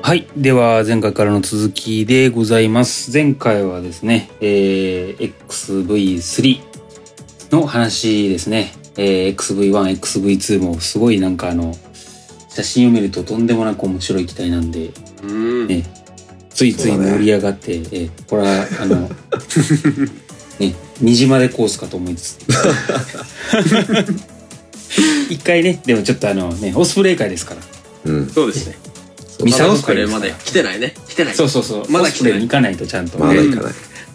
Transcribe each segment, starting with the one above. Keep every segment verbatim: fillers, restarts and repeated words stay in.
はい。では、前回からの続きでございます。前回はですね、えー、エックスブイスリー の話ですね。えー、エックスブイワン、エックスブイツー もすごいなんかあの、写真を見るととんでもなく面白い機体なんで、 うん、 ね、ついつい盛り上がって、ね、えー、これは、あの、ね、虹までコースかと思いつつ。一回ね、でもちょっとあのね、オスプレイ会ですから。 うん、そうですね。 ミサオスプレイまで来てないね。来てない。 そうそうそう。 まだ来てない。 行かないとちゃんと。 まだ行かない。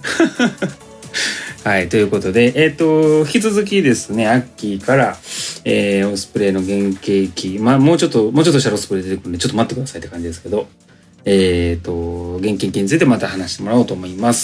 はい、ということで、えっ、ー、と、引き続きですね、アッキーから、えー、オスプレイの原型機、まあ、もうちょっと、もうちょっとしたらオスプレイ出てくるんで、ちょっと待ってくださいって感じですけど、えっ、ー、と、原型機についてまた話してもらおうと思います。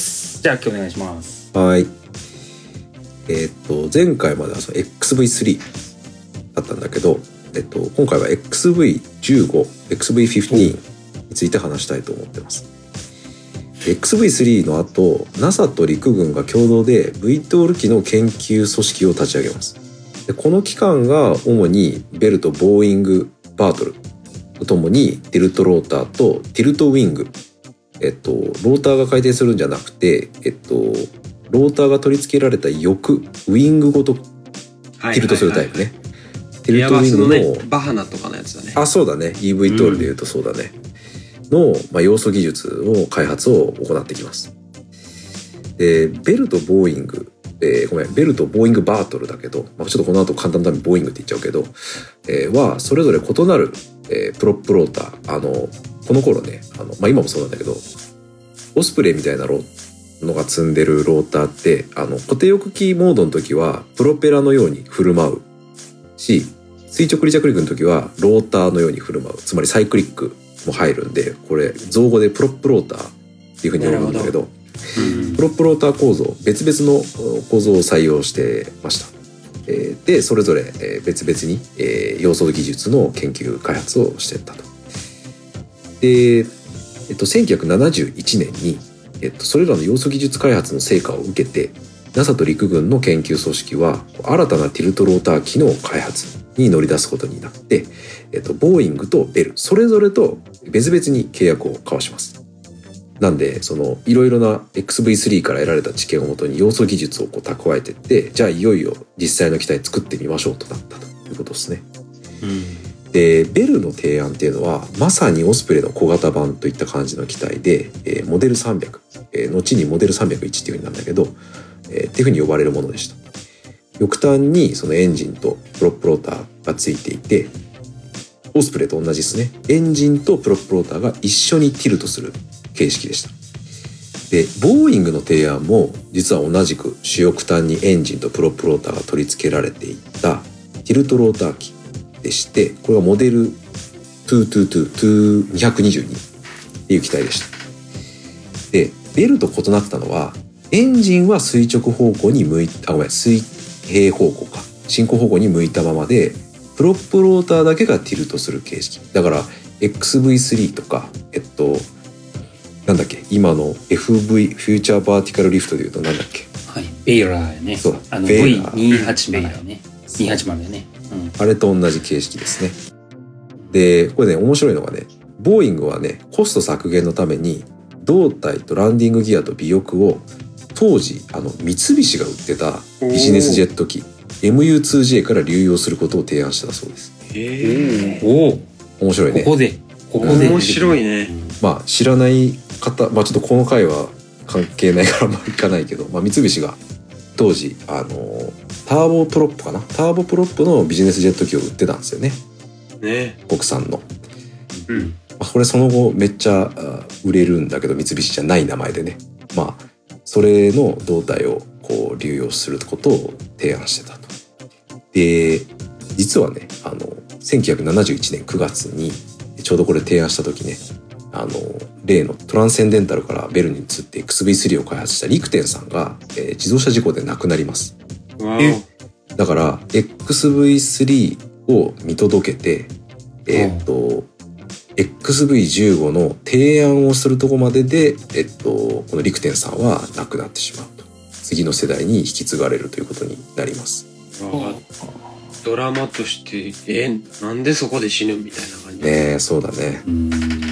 じゃあ、今日お願いします。 はい。えっ、ー、と、前回まではその エックスブイスリー だったんだけど、えっ、ー、と、今回は エックスブイじゅうご、エックスブイフィフティーン について話したいと思ってます。エックスブイスリー の後、ナサ と陸軍が共同で ブイトール 機の研究組織を立ち上げます。でこの機関が主にベルとボーイング、バートルとともにティルトローターとティルトウィング、えっと、ローターが回転するんじゃなくて、えっと、ローターが取り付けられた翼、ウィングごとティルトするタイプね。はいはいはい、ティルトウィングの、 ね、バハナとかのやつだね。 あ、そうだね。イーブイ トールで言うとそうだね。うん、の、まあ、要素技術の開発を行ってきます。で、ベルとボーイング、えー、ごめん、ベルとボーイングバートルだけど、まあ、ちょっとこの後簡単なためにボーイングって言っちゃうけど、えー、は、それぞれ異なる、えー、プロップローター。あの、この頃ね、あの、まあ、今もそうなんだけど、オスプレイみたいなロのが積んでるローターって、あの、固定翼機モードの時は、プロペラのように振る舞うし、垂直離着陸の時は、ローターのように振る舞う。つまりサイクリックも入るんで、これ造語でプロップローターっていう風に呼ぶんだけど、どうん、プロップローター構造、別々の構造を採用してました。えー、で、それぞれ別々に、えー、要素技術の研究開発をしていったと。で、えっと、せんきゅうひゃくななじゅういちねんに、えっと、それらの要素技術開発の成果を受けて、ナサ と陸軍の研究組織は新たなティルトローター機の開発に乗り出すことになって、えっと、ボーイングとベルそれぞれと別々に契約を交わします。なんでそのいろいろな エックスブイスリー から得られた知見をもとに要素技術をこう蓄えていって、じゃあいよいよ実際の機体作ってみましょうとなったということですね。うん、でベルの提案っていうのはまさにオスプレイの小型版といった感じの機体で、えー、モデルさんびゃく、えー、後にモデルさんびゃくいちっていう風になるんだけど、えー、っていう風に呼ばれるものでした。翼端にそのエンジンとプロップローターがついていて、オスプレイと同じですね。エンジンとプロップローターが一緒にティルトする形式でした。で、ボーイングの提案も実は同じく主翼端にエンジンとプロップローターが取り付けられていたティルトローター機でして、これはモデルにひゃくにじゅうに、にひゃくにじゅうにっていう機体でした。で、ベルと異なったのは、エンジンは垂直方向に向いた、あ、ごめん、水平方向か。進行方向に向いたままで、プロップローターだけがティルトする形式。だから、エックスブイスリー とか、えっと、なんだっけ、今の エフブイ、フューチャーバーティカルリフトで言うとなんだっけ。 はい、ベイラーやね。 そう、 あの ブイにひゃくはちじゅうやね。にひゃくはちじゅうやね。 うん、あれと同じ形式ですね。で、これね、面白いのがね、ボーイングはね、コスト削減のために、胴体とランディングギアと尾翼を、当時、あの、三菱が売ってたビジネスジェット機、エムユーツージェー から流用することを提案したそうです。 へー。 おお。 面白いね。 ここで、ここで。 面白いね。 まあ、知らない方、まあちょっとこの回は関係ないからまあいかないけど、まあ、三菱が当時あのターボプロップかなターボプロップのビジネスジェット機を売ってたんですよね。 ね、 国産の。 うん。 まあ、これその後めっちゃ売れるんだけど三菱じゃない名前でね。まあそれの胴体をこう流用することを提案してたと。で、実はね、あのせんきゅうひゃくななじゅういちねんくがつにちょうどこれ提案した時ね。あの例のトランセンデンタルからベルに移って エックスブイスリー を開発したリクテンさんが、えー、自動車事故で亡くなります。だから エックスブイスリー を見届けて、えー、っと エックスブイじゅうご の提案をするとこまでで、えっと、このリクテンさんは亡くなってしまうと。次の世代に引き継がれるということになります。 ドラマとしてえなんでそこで死ぬみたいな感じねえ、そうだね。 うん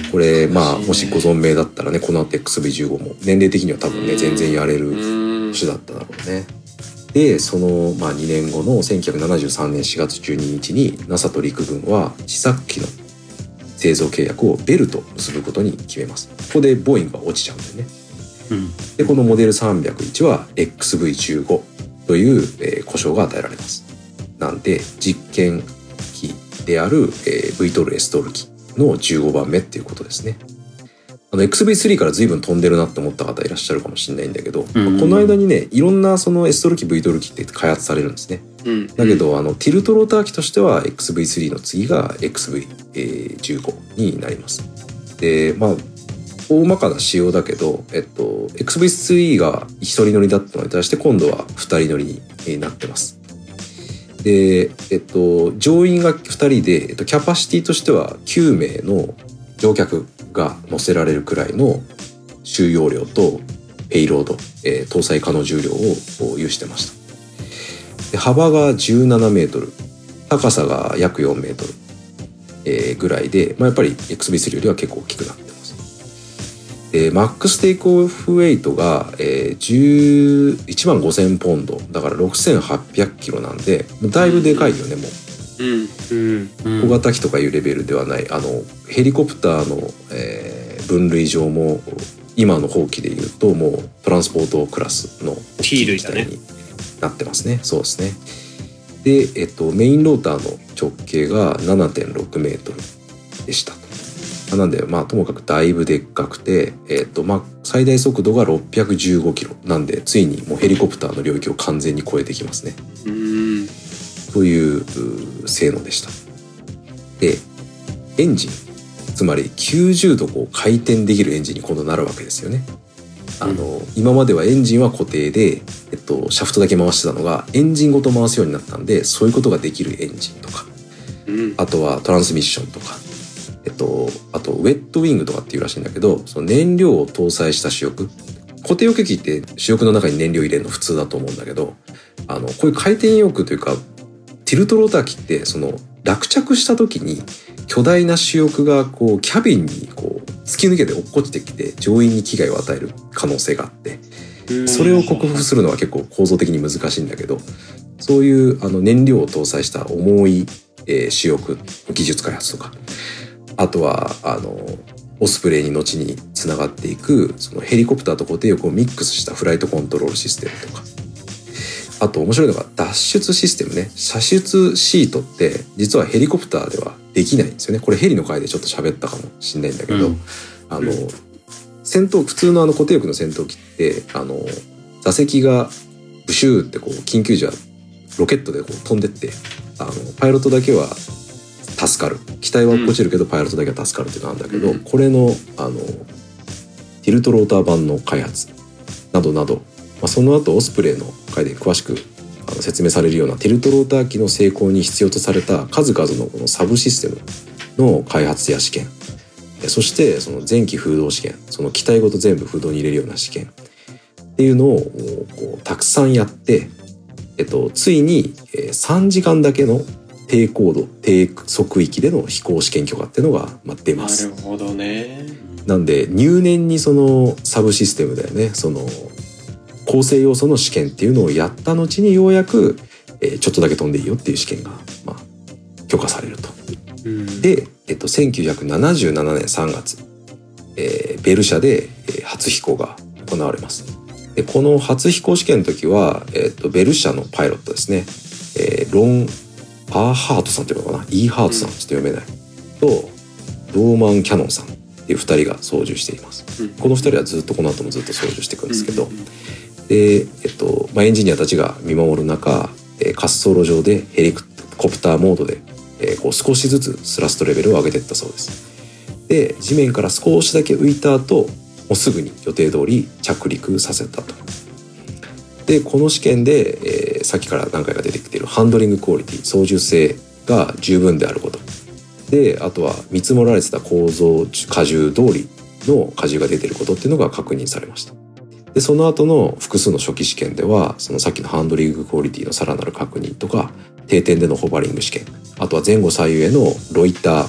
これまあもしご存命だったらね、この後 エックスブイじゅうご も年齢的には多分ね全然やれる年だっただろうね。でそのまあにねんごのせんきゅうひゃくななじゅうさんねんしがつじゅうににちに ナサ と陸軍は試作機の製造契約をベルと結ぶことに決めます。ここでボーイングは落ちちゃうんだよね。 うん、 でこのモデルさんびゃくいちは エックスブイじゅうご という、えー、呼称が与えられます。なんで実験機である、えー、ブイトール エストール 機のじゅうごばんめっていうことですね。あの エックスブイスリー から随分飛んでるなって思った方いらっしゃるかもしれないんだけど、 うん、 この間にねいろんなその エストール 機 ブイトール 機って開発されるんですね。 うん、 だけどあのティルトローター機としては エックスブイスリー の次が エックスブイじゅうご になります。でまあ大まかな仕様だけど、えっと、エックスブイスリー がひとり乗りだったのに対して今度はふたり乗りになってます。で、えっと、乗員がふたりで、えっと、キャパシティとしてはきゅうめいの乗客が乗せられるくらいの収容量とペイロード、えー、搭載可能重量を有してました。で幅がじゅうななメートル、高さが約よんメートル、えー、ぐらいで、まあ、やっぱり エックスブイスリー よりは結構大きくなってます。でマックステイクオフウェイトが、えー、じゅういちまんごせんポンドだからろくせんはっぴゃくキロなんでだいぶでかいよね。もう、 うんうん、小型機とかいうレベルではない。あのヘリコプターの、えー、分類上も今の法規でいうともうトランスポートクラスの T 類だねになってますね。そうですね。で、えっと、メインローターの直径が ななてんろくメートルでした。なんでまあともかくだいぶでっかくて、えっとまあ最大速度がろっぴゃくじゅうごキロなんでついにもうヘリコプターの領域を完全に超えてきますね。 うんという性能でした。でエンジン、つまりきゅうじゅうどこう回転できるエンジンに今度なるわけですよね。あの、うん、今まではエンジンは固定で、えっと、シャフトだけ回してたのがエンジンごと回すようになったんで、そういうことができるエンジンとか、うん、あとはトランスミッションとか、えっと、あとウェットウィングとかっていうらしいんだけど、その燃料を搭載した主翼、固定翼機って主翼の中に燃料入れるの普通だと思うんだけど、あのこういう回転翼というかティルトローター機ってその落着した時に巨大な主翼がこうキャビンにこう突き抜けて落っこちてきて乗員に危害を与える可能性があって、それを克服するのは結構構造的に難しいんだけど、そういうあの燃料を搭載した重い、えー、主翼技術開発とか、あとはあのオスプレイに後につながっていくそのヘリコプターと固定翼をミックスしたフライトコントロールシステムとか、あと面白いのが脱出システムね。射出シートって実はヘリコプターではできないんですよね。これヘリの回でちょっと喋ったかもしれないんだけど、うん、あの、うん、戦闘普通のあの固定翼の戦闘機ってあの座席がブシューってこう緊急時はロケットでこう飛んでってあのパイロットだけは助かる、機体は落っこちるけどパイロットだけは助かるっていうのなんだけど、うん、これのあのティルトローター版の開発などなど、まあ、その後オスプレイの回で詳しくあの説明されるようなティルトローター機の成功に必要とされた数々のこのサブシステムの開発や試験、そしてその前期風洞試験、その機体ごと全部風洞に入れるような試験っていうのをこうたくさんやって、えっと、ついにさんじかんだけの低高度低速域での飛行試験許可っていうのがまあ出ます。 なるほどね。 なんで入念にそのサブシステムだよね、その構成要素の試験っていうのをやった後にようやく、えー、ちょっとだけ飛んでいいよっていう試験が、まあ、許可されると。うん、で、えっと、せんきゅうひゃくななじゅうななねんさんがつ、えー、ベル社で、えー、初飛行が行われます。でこの初飛行試験の時は、えっと、ベル社のパイロットですね、えー、ロン・パーハートさんっていうのかな、イーハートさん、ちょっと読めないとドーマン・キャノンさんっていうふたりが操縦しています。うん、このふたりはずっとこの後もずっと操縦していくんですけど、うんうんうん、で、えっとまあ、エンジニアたちが見守る中、えー、滑走路上でヘリコプターモードで、えー、こう少しずつスラストレベルを上げていったそうです。で地面から少しだけ浮いた後もうすぐに予定通り着陸させたと。でこの試験で、えー、さっきから何回か出てきているハンドリングクオリティ、操縦性が十分であることで、あとは見積もられてた構造荷重通りの荷重が出ていることっていうのが確認されました。でその後の複数の初期試験ではそのさっきのハンドリングクオリティのさらなる確認とか、定点でのホバリング試験、あとは前後左右へのロイター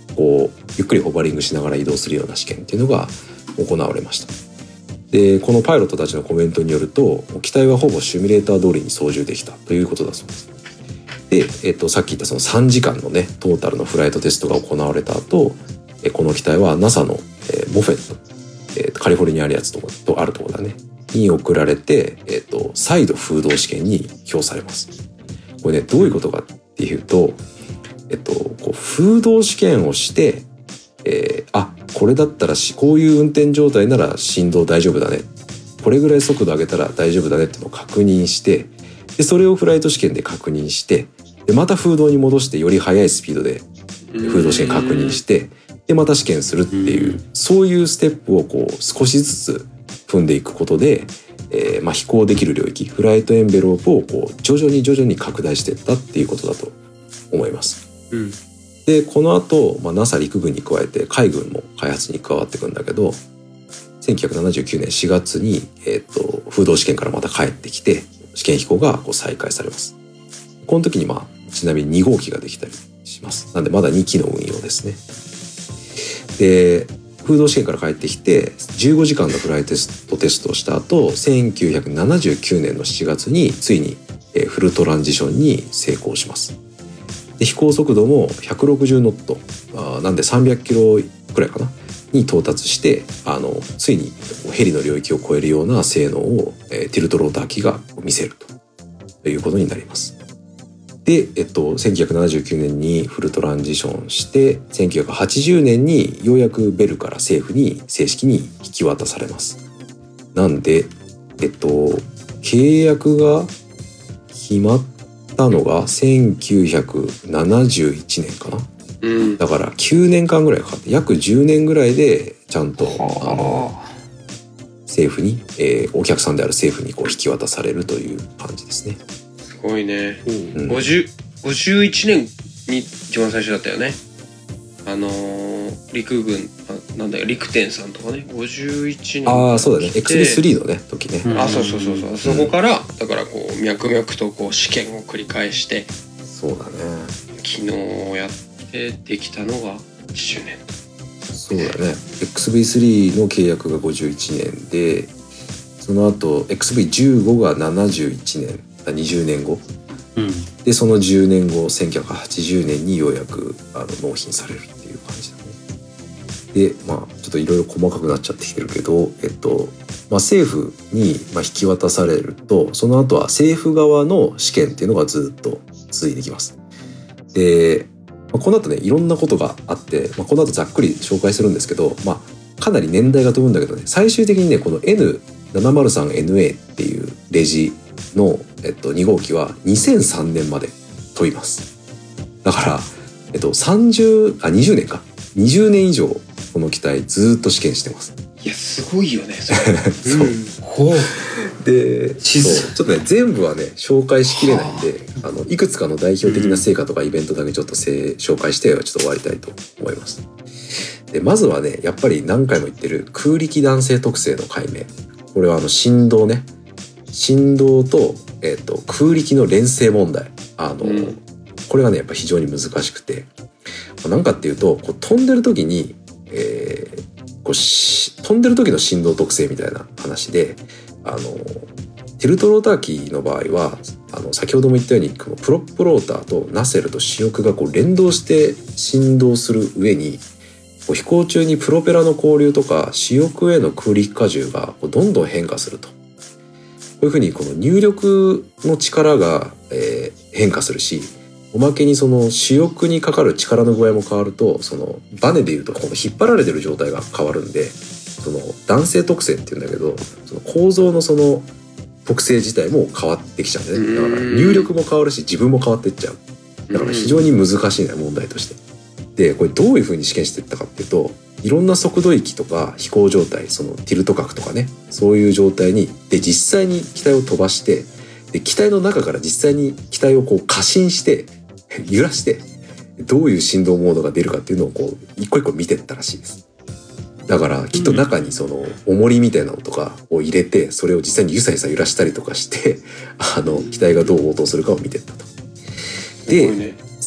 こうゆっくりホバリングしながら移動するような試験っていうのが行われました。でこのパイロットたちのコメントによると機体はほぼシミュレーター通りに操縦できたということだそうです。で、えっと、さっき言ったそのさんじかんのねトータルのフライトテストが行われた後、えこの機体は ナサ の、えー、モフェット、えー、カリフォルニアあるやつととあるところだねに送られて、えっと、再度風洞試験に評されます。これねどういうことかっていうと、えっと、こう風洞試験をして、えー、あこれだったらしこういう運転状態なら振動大丈夫だね、これぐらい速度上げたら大丈夫だねっていうのを確認して、でそれをフライト試験で確認して、でまた風洞に戻してより速いスピードで風洞試験確認して、でまた試験するっていう、そういうステップをこう少しずつ踏んでいくことで、えーまあ、飛行できる領域フライトエンベロープをこう徐々に徐々に拡大していったっていうことだと思います。 うん、 でこの後、まあ、ナサ 陸軍に加えて海軍も開発に加わっていくんだけど、せんきゅうひゃくななじゅうきゅうねんしがつに、えー、と風洞試験からまた帰ってきて試験飛行がこう再開されます。この時にまあちなみにに号機ができたりします。なんでまだにきの運用ですね。で風洞試験から帰ってきてじゅうごじかんのフライトテストをした後、せんきゅうひゃくななじゅうきゅうねんのしちがつについにフルトランジションに成功します。で飛行速度もひゃくろくじゅうノット、あなんでさんびゃくキロくらいかなに到達して、あのついにヘリの領域を超えるような性能を、えー、ティルトローター機が見せるということになります。で、えっと、せんきゅうひゃくななじゅうきゅうねんにフルトランジションしてせんきゅうひゃくはちじゅうねんにようやくベルから政府に正式に引き渡されます。なんで、えっと、契約が決まったのがせんきゅうひゃくななじゅういちねんかな、うん、だからきゅうねんかんぐらいかかって約じゅうねんぐらいでちゃんとあの政府に、えー、お客さんである政府にこう引き渡されるという感じですね。 すごいね、うん、ごじゅう、ごじゅういちねんに一番最初だったよね。あのー、陸軍あなんだよ陸天さんとかねごじゅういちねんああそうだね エックスビースリー のね時ね、 うん、あそうそうそうそう、うん、そこからだからこう脈々とこう試験を繰り返してそうだね昨日やってできたのがはちじゅうねん。 そうだね エックスビースリー の契約がごじゅういちねんで、その後 エックスビーじゅうご がななじゅういちねんにじゅうねんご、うん、でそのじゅうねんごせんきゅうひゃくはちじゅうねんにようやくあの納品されるっていう感じだね。でまあちょっといろいろ細かくなっちゃってきてるけど、えっとまあ、政府にまあ引き渡されるとその後は政府側の試験っていうのがずっと続いてきます。で、まあ、この後ねいろんなことがあって、まあ、この後ざっくり紹介するんですけど、まあ、かなり年代が飛ぶんだけどね最終的にねこの エヌななまるさんエヌエー っていうレジの、えっと、に号機はにせんさんねんまで飛びます。だから、えっと、さんじゅうあにじゅうねんかにじゅうねん以上この機体ずっと試験してます。 いやすごいよねそれそう、うん、ほうでそうちょっとね全部はね紹介しきれないんであのいくつかの代表的な成果とかイベントだけちょっとせ紹介してちょっと終わりたいと思います。でまずはねやっぱり何回も言ってる空力弾性特性の解明、これはあの振動ね振動と、えー、と空力の連性問題あの、うん、これがねやっぱ非常に難しくて、何かっていうとこう飛んでる時に、えー、こうし飛んでる時の振動特性みたいな話で、あのティルトローター機の場合はあの先ほども言ったようにこのプロップローターとナセルと主翼がこう連動して振動する上にこう飛行中にプロペラの交流とか主翼への空力荷重がこうどんどん変化すると、こういうふうにこの入力の力が、えー、変化するし、おまけにその主翼にかかる力の具合も変わるとそのバネでいうとこの引っ張られてる状態が変わるんで、その弾性特性っていうんだけどその構造のその特性自体も変わってきちゃうんだね。だから入力も変わるし自分も変わっていっちゃう。だから非常に難しいね問題として。でこれどういうふうに試験していったかっていうと、いろんな速度域とか飛行状態、そのティルト角とかね、そういう状態にで実際に機体を飛ばして、で機体の中から実際に機体をこう過信して揺らしてどういう振動モードが出るかっていうのをこう一個一個見てったらしいです。だからきっと中にその重りみたいなのとかを入れて、それを実際にゆさゆさ揺らしたりとかしてあの機体がどう応答するかを見てったと。で、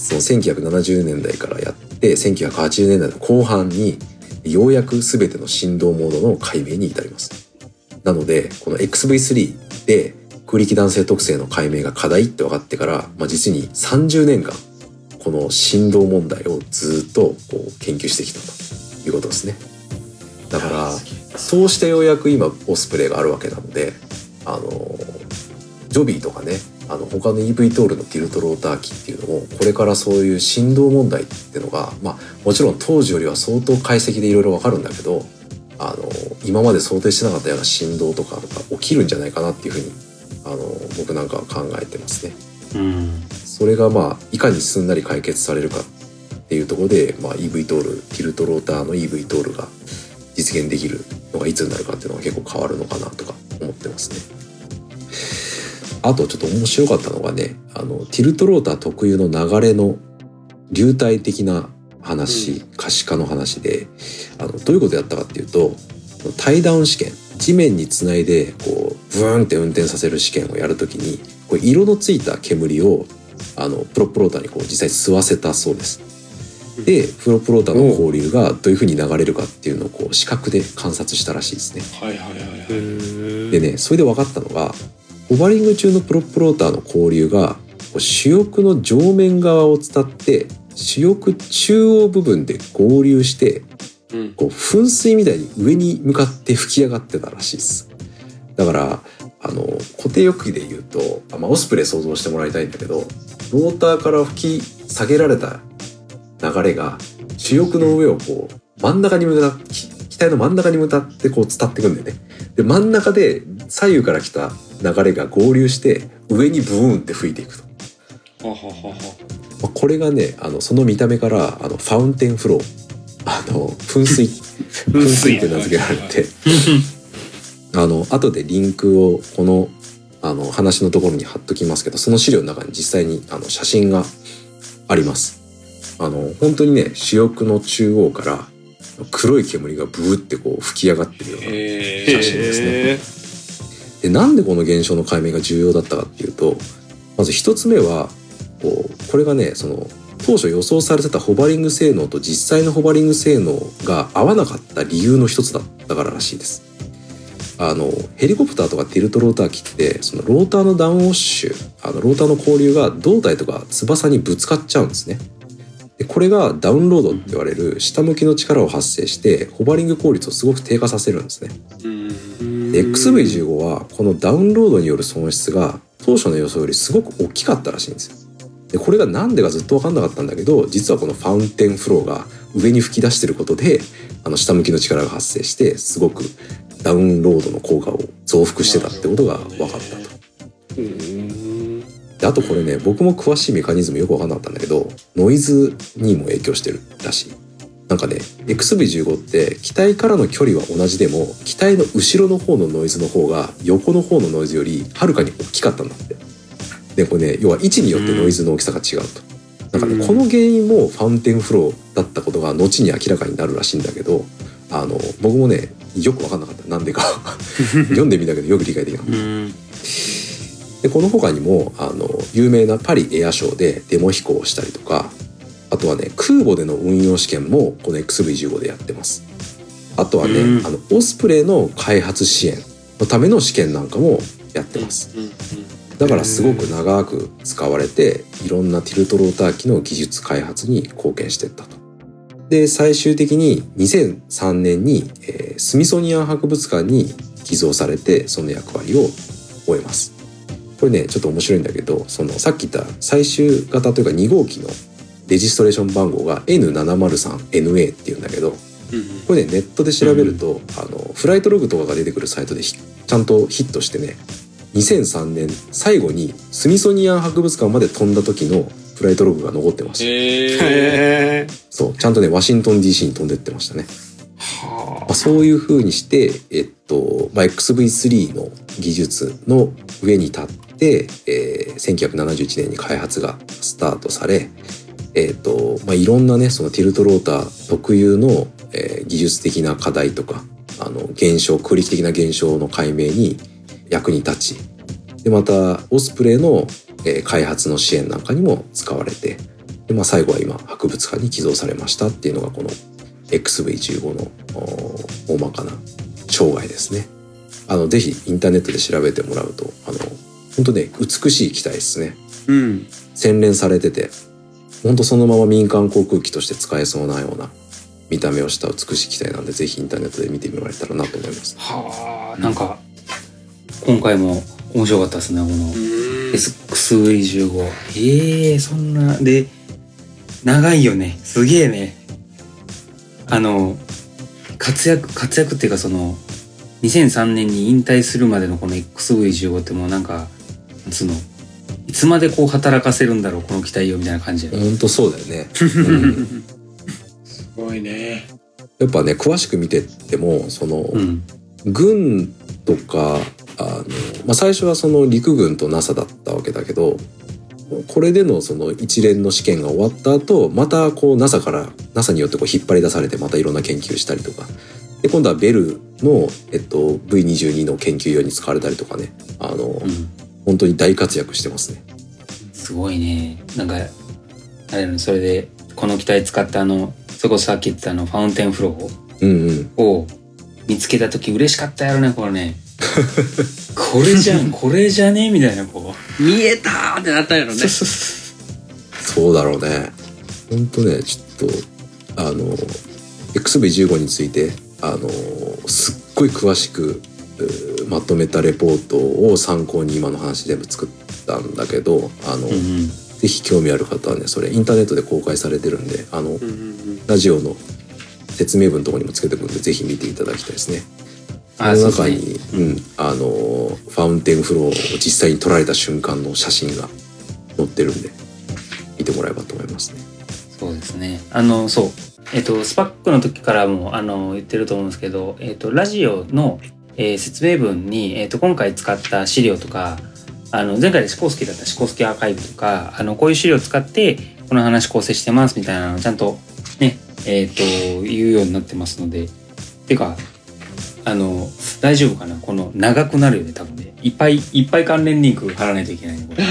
そのせんきゅうひゃくななじゅうねんだいからやってせんきゅうひゃくはちじゅうねんだいの後半にようやく全ての振動モードの解明に至ります。なのでこの エックスブイスリー で空力弾性特性の解明が課題って分かってから、まあ、実にさんじゅうねんかんこの振動問題をずっとこう研究してきたということですね。だからそうしてようやく今オスプレイがあるわけなので、あのジョビーとかね、あの他の イーブイ トールのティルトローター機っていうのもこれからそういう振動問題っていうのが、まあ、もちろん当時よりは相当解析でいろいろ分かるんだけど、あの今まで想定してなかったような振動とかが起きるんじゃないかなっていうふうにあの僕なんかは考えてますね。 うん、 それがまあいかにすんなり解決されるかっていうところで、まあ、イーブイ トールティルトローターの イーブイ トールが実現できるのがいつになるかっていうのが結構変わるのかなとか思ってますね。あとちょっと面白かったのがね、あのティルトローター特有の流れの流体的な話、うん、可視化の話で、あのどういうことやったかっていうと、タイダウン試験、地面につないでこうブーンって運転させる試験をやるときに、これ色のついた煙をあのプロプローターにこう実際吸わせたそうです。でプロプローターの交流がどういう風に流れるかっていうのをこう視覚で観察したらしいですね。 はいはいはいはい。 でね、それで分かったのが、ホバリング中のプロプローターの交流が主翼の上面側を伝って主翼中央部分で合流して、うん、こう噴水みたいに上に向かって吹き上がってたらしいです。だからあの固定翼機でいうと、まあ、オスプレイ想像してもらいたいんだけど、ローターから吹き下げられた流れが主翼の上をこう真ん中に向かって機体の真ん中に向かってこう伝ってくんだよね。で真ん中で左右から来た流れが合流して上にブーンって吹いていくと。はははは。まあ、これがね、あのその見た目からあのファウンテンフロー、あの噴水噴水って名付けられてあの後でリンクをこのあの話のところに貼っときますけど、その資料の中に実際にあの写真があります。あの本当にね、主翼の中央から黒い煙がブーってこう吹き上がってるような写真ですね。でなんでこの現象の解明が重要だったかっていうと、まず一つ目はこうこれがね、その当初予想されてたホバリング性能と実際のホバリング性能が合わなかった理由の一つだったかららしいです。あのヘリコプターとかティルトローター機ってそのローターのダウンウォッシュ、あのローターの交流が胴体とか翼にぶつかっちゃうんですね。でこれがダウンロードって言われる下向きの力を発生してホバリング効率をすごく低下させるんですね。で エックスブイじゅうご はこのダウンロードによる損失が当初の予想よりすごく大きかったらしいんですよ。でこれがなんでかずっと分かんなかったんだけど、実はこのファウンテンフローが上に吹き出してることであの下向きの力が発生してすごくダウンロードの効果を増幅してたってことが分かったと。であとこれね、僕も詳しいメカニズムよく分かんなかったんだけど、ノイズにも影響してるらしい。なんかね エックスブイじゅうご って機体からの距離は同じでも機体の後ろの方のノイズの方が横の方のノイズよりはるかに大きかったんだって。でこれね、要は位置によってノイズの大きさが違うと。なんかね、この原因もファウンテンフローだったことが後に明らかになるらしいんだけど、あの僕もねよく分かんなかった、なんでか読んでみたけどよく理解できなかった。でこの他にもあの有名なパリエアショーでデモ飛行をしたりとか、あとはね空母での運用試験もこの エックスブイじゅうご でやってます。あとはね、あのオスプレイの開発支援のための試験なんかもやってます。だからすごく長く使われていろんなティルトローター機の技術開発に貢献していったと。で最終的ににせんさんねんに、えー、スミソニアン博物館に寄贈されてその役割を終えます。これねちょっと面白いんだけど、そのさっき言った最終型というかに号機のレジストレーション番号が エヌななまるさんエヌエー っていうんだけど、これねネットで調べると、うん、あのフライトログとかが出てくるサイトでちゃんとヒットしてね、にせんさんねん最後にスミソニアン博物館まで飛んだ時のフライトログが残ってました。へー。そうちゃんとねワシントン ディーシー に飛んでってましたね。はあ、まあ、そういう風にして、えっとまあ、エックスブイスリー の技術の上に立って、えー、せんきゅうひゃくななじゅういちねんに開発がスタートされ、えっとまあ、いろんなねそのティルトローター特有の、えー、技術的な課題とかあの現象空力的な現象の解明に役に立ち、でまたオスプレイの、えー、開発の支援なんかにも使われて、 で、まあ、最後は今博物館に寄贈されましたっていうのがこの エックスブイじゅうご の大まかな生涯ですね。あのぜひインターネットで調べてもらうとあの本当ね美しい機体ですね。 うん、 洗練されてて本当そのまま民間航空機として使えそうなような見た目をした美しい機体なんで、ぜひインターネットで見てもらえたらなと思います。 はあ、なんか今回も面白かったですね、この エックスブイじゅうご。ええー、そんなで長いよね、すげえね。あの活躍活躍っていうか、そのにせんさんねんに引退するまでのこの エックスブイじゅうご ってもうなんかそのいつまでこう働かせるんだろうこの機体をみたいな感じやね。 本当そうだよね、うん、 すごいね。 やっぱね詳しく見てってもその、うん、軍とかあの、まあ、最初はその陸軍と ナサ だったわけだけど、これでのその一連の試験が終わった後またこう ナサ から ナサ によってこう引っ張り出されてまたいろんな研究したりとかで、今度はベルの、えっと、ブイにじゅうに の研究用に使われたりとかね、あの、うん、本当に大活躍してますね。 すごいね。なんかあれのそれでこの機体使ったあのそこさっき言ったあのファウンテンフローを見つけた時嬉しかったやろね、これね。これじゃんこれじゃねみたいな、こう見えたーってなったやろね。 そうだろうね。本当ね、ちょっとあの エックスブイじゅうご についてあのすっごい詳しくまとめたレポートを参考に今の話全部作ったんだけど、あの、うんうん、ぜひ興味ある方はねそれインターネットで公開されてるんで、あの、うんうんうん、ラジオの説明文のところにもつけておくんでぜひ見ていただきたいですね。あの中に、ね、うん、あのファウンテンフローを実際に撮られた瞬間の写真が載ってるんで見てもらえばと思いますね。 そうですね。あのそうえっとスパックの時からもあの言ってると思うんですけど、えっとラジオの、えー、説明文にえっと今回使った資料とか、あの前回でシコースキーだったシコースキーアーカイブとか、あのこういう資料を使ってこの話構成してますみたいなのをちゃんとねえっと言うようになってますので、てかあの大丈夫かな、この長くなるよね多分ね、いっぱいいっぱい関連リンク貼らないといけないねこれ。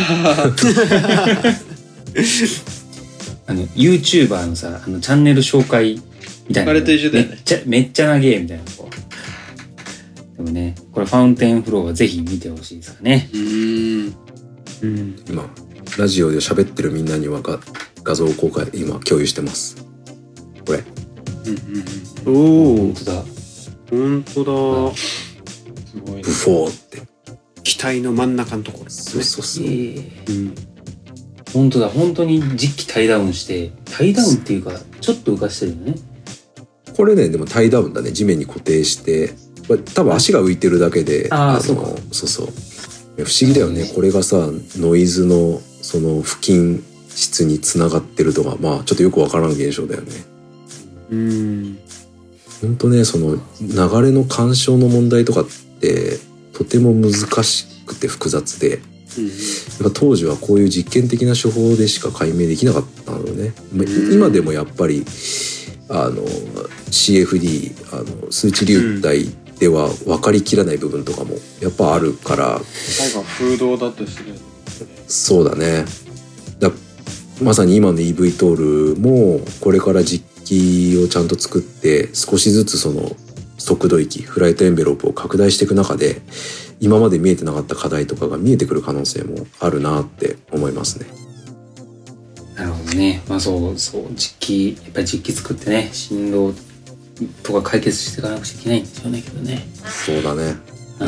あの YouTuber のさあのチャンネル紹介みたいな、 あれと一緒だよね、 めっちゃめっちゃ長えみたいな、こうでもねこれファウンテンフローはぜひ見てほしいですかね。 うーん、 うん、今ラジオで喋ってるみんなにはが画像公開今共有してます。これ、 うんうん、おお本当だ本当だ、 すごいね。 ブフォーって機体の真ん中のところですね。 そうそうそう、 えーうん、本当だ、本当に実機タイダウンしてタイダウンっていうかちょっと浮かしてるよね。 これねでもタイダウンだね、地面に固定してこれ多分足が浮いてるだけで、 ああそうかそうそう不思議だよね、これがさノイズのその付近質につながってるとか、まあちょっとよくわからん現象だよね。 うーん本当ね、その流れの干渉の問題とかってとても難しくて複雑で、うん、やっぱ当時はこういう実験的な手法でしか解明できなかったのね、うん、今でもやっぱりあの シーエフディー あの数値流体では分かりきらない部分とかもやっぱあるから、 最後は空洞だとしてる。 そうだね。だまさに今の イーブイ トールもこれから実をちゃんと作って少しずつその速度域フライトエンベロープを拡大していく中で今まで見えてなかった課題とかが見えてくる可能性もあるなって思いますね。 なるほどね。まあそうそう実機やっぱり実機作ってね振動とか解決していかなくちゃいけないんでしょうねけどね。 そうだね、うん、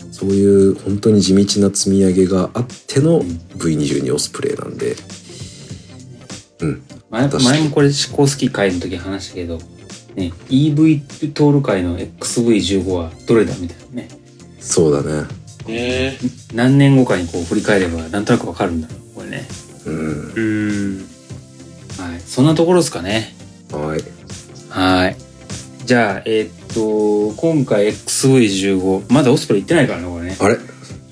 そういう本当に地道な積み上げがあっての ブイにじゅうに オスプレイなんで、うん、 前, 前もこれシコースキー会の時話したけど、ね、イーブイ トール界の エックスブイじゅうご はどれだみたいなね。 そうだね。 えー、 何年後かにこう振り返ればなんとなくわかるんだろうこれね。 うん。 うん。 はい。そんなところですかね。 はい。 はい。じゃあえー、っと今回 エックスブイじゅうご まだオスプレイ行ってないからねこれね。 あれ？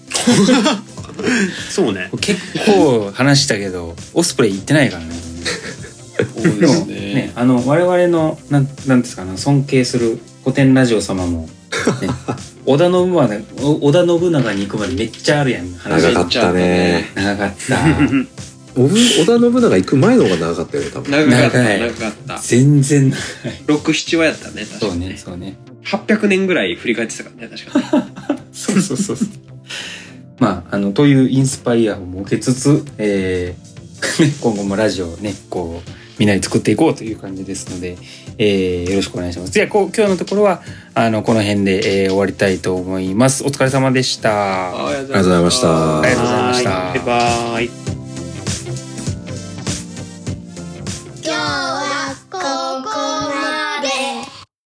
そうね。 結構話したけどオスプレイ行ってないからね。 そうですね。 ね、あの我々のなんなんですかね、尊敬する古典ラジオ様も、ね、織田信長織田信長に行くまでめっちゃあるやん。 話長かったね。 長かった。 おぶ織田信長行く前の方が長かったよね多分。 長かった長い長かった全然ない。 ろく、なな話やったね確かそうにねそうね。 はっぴゃくねんぐらい振り返ってたからね確かにそうそうそうそう。まああのというインスパイアを設けつつ、えーね、今後もラジオをねこうみんなで作っていこうという感じですので、えー、よろしくお願いします。じゃあこう今日のところはあのこの辺で、えー、終わりたいと思います。お疲れ様でした。 ありがとうございましたありがとうございましたはーいバイバーイ。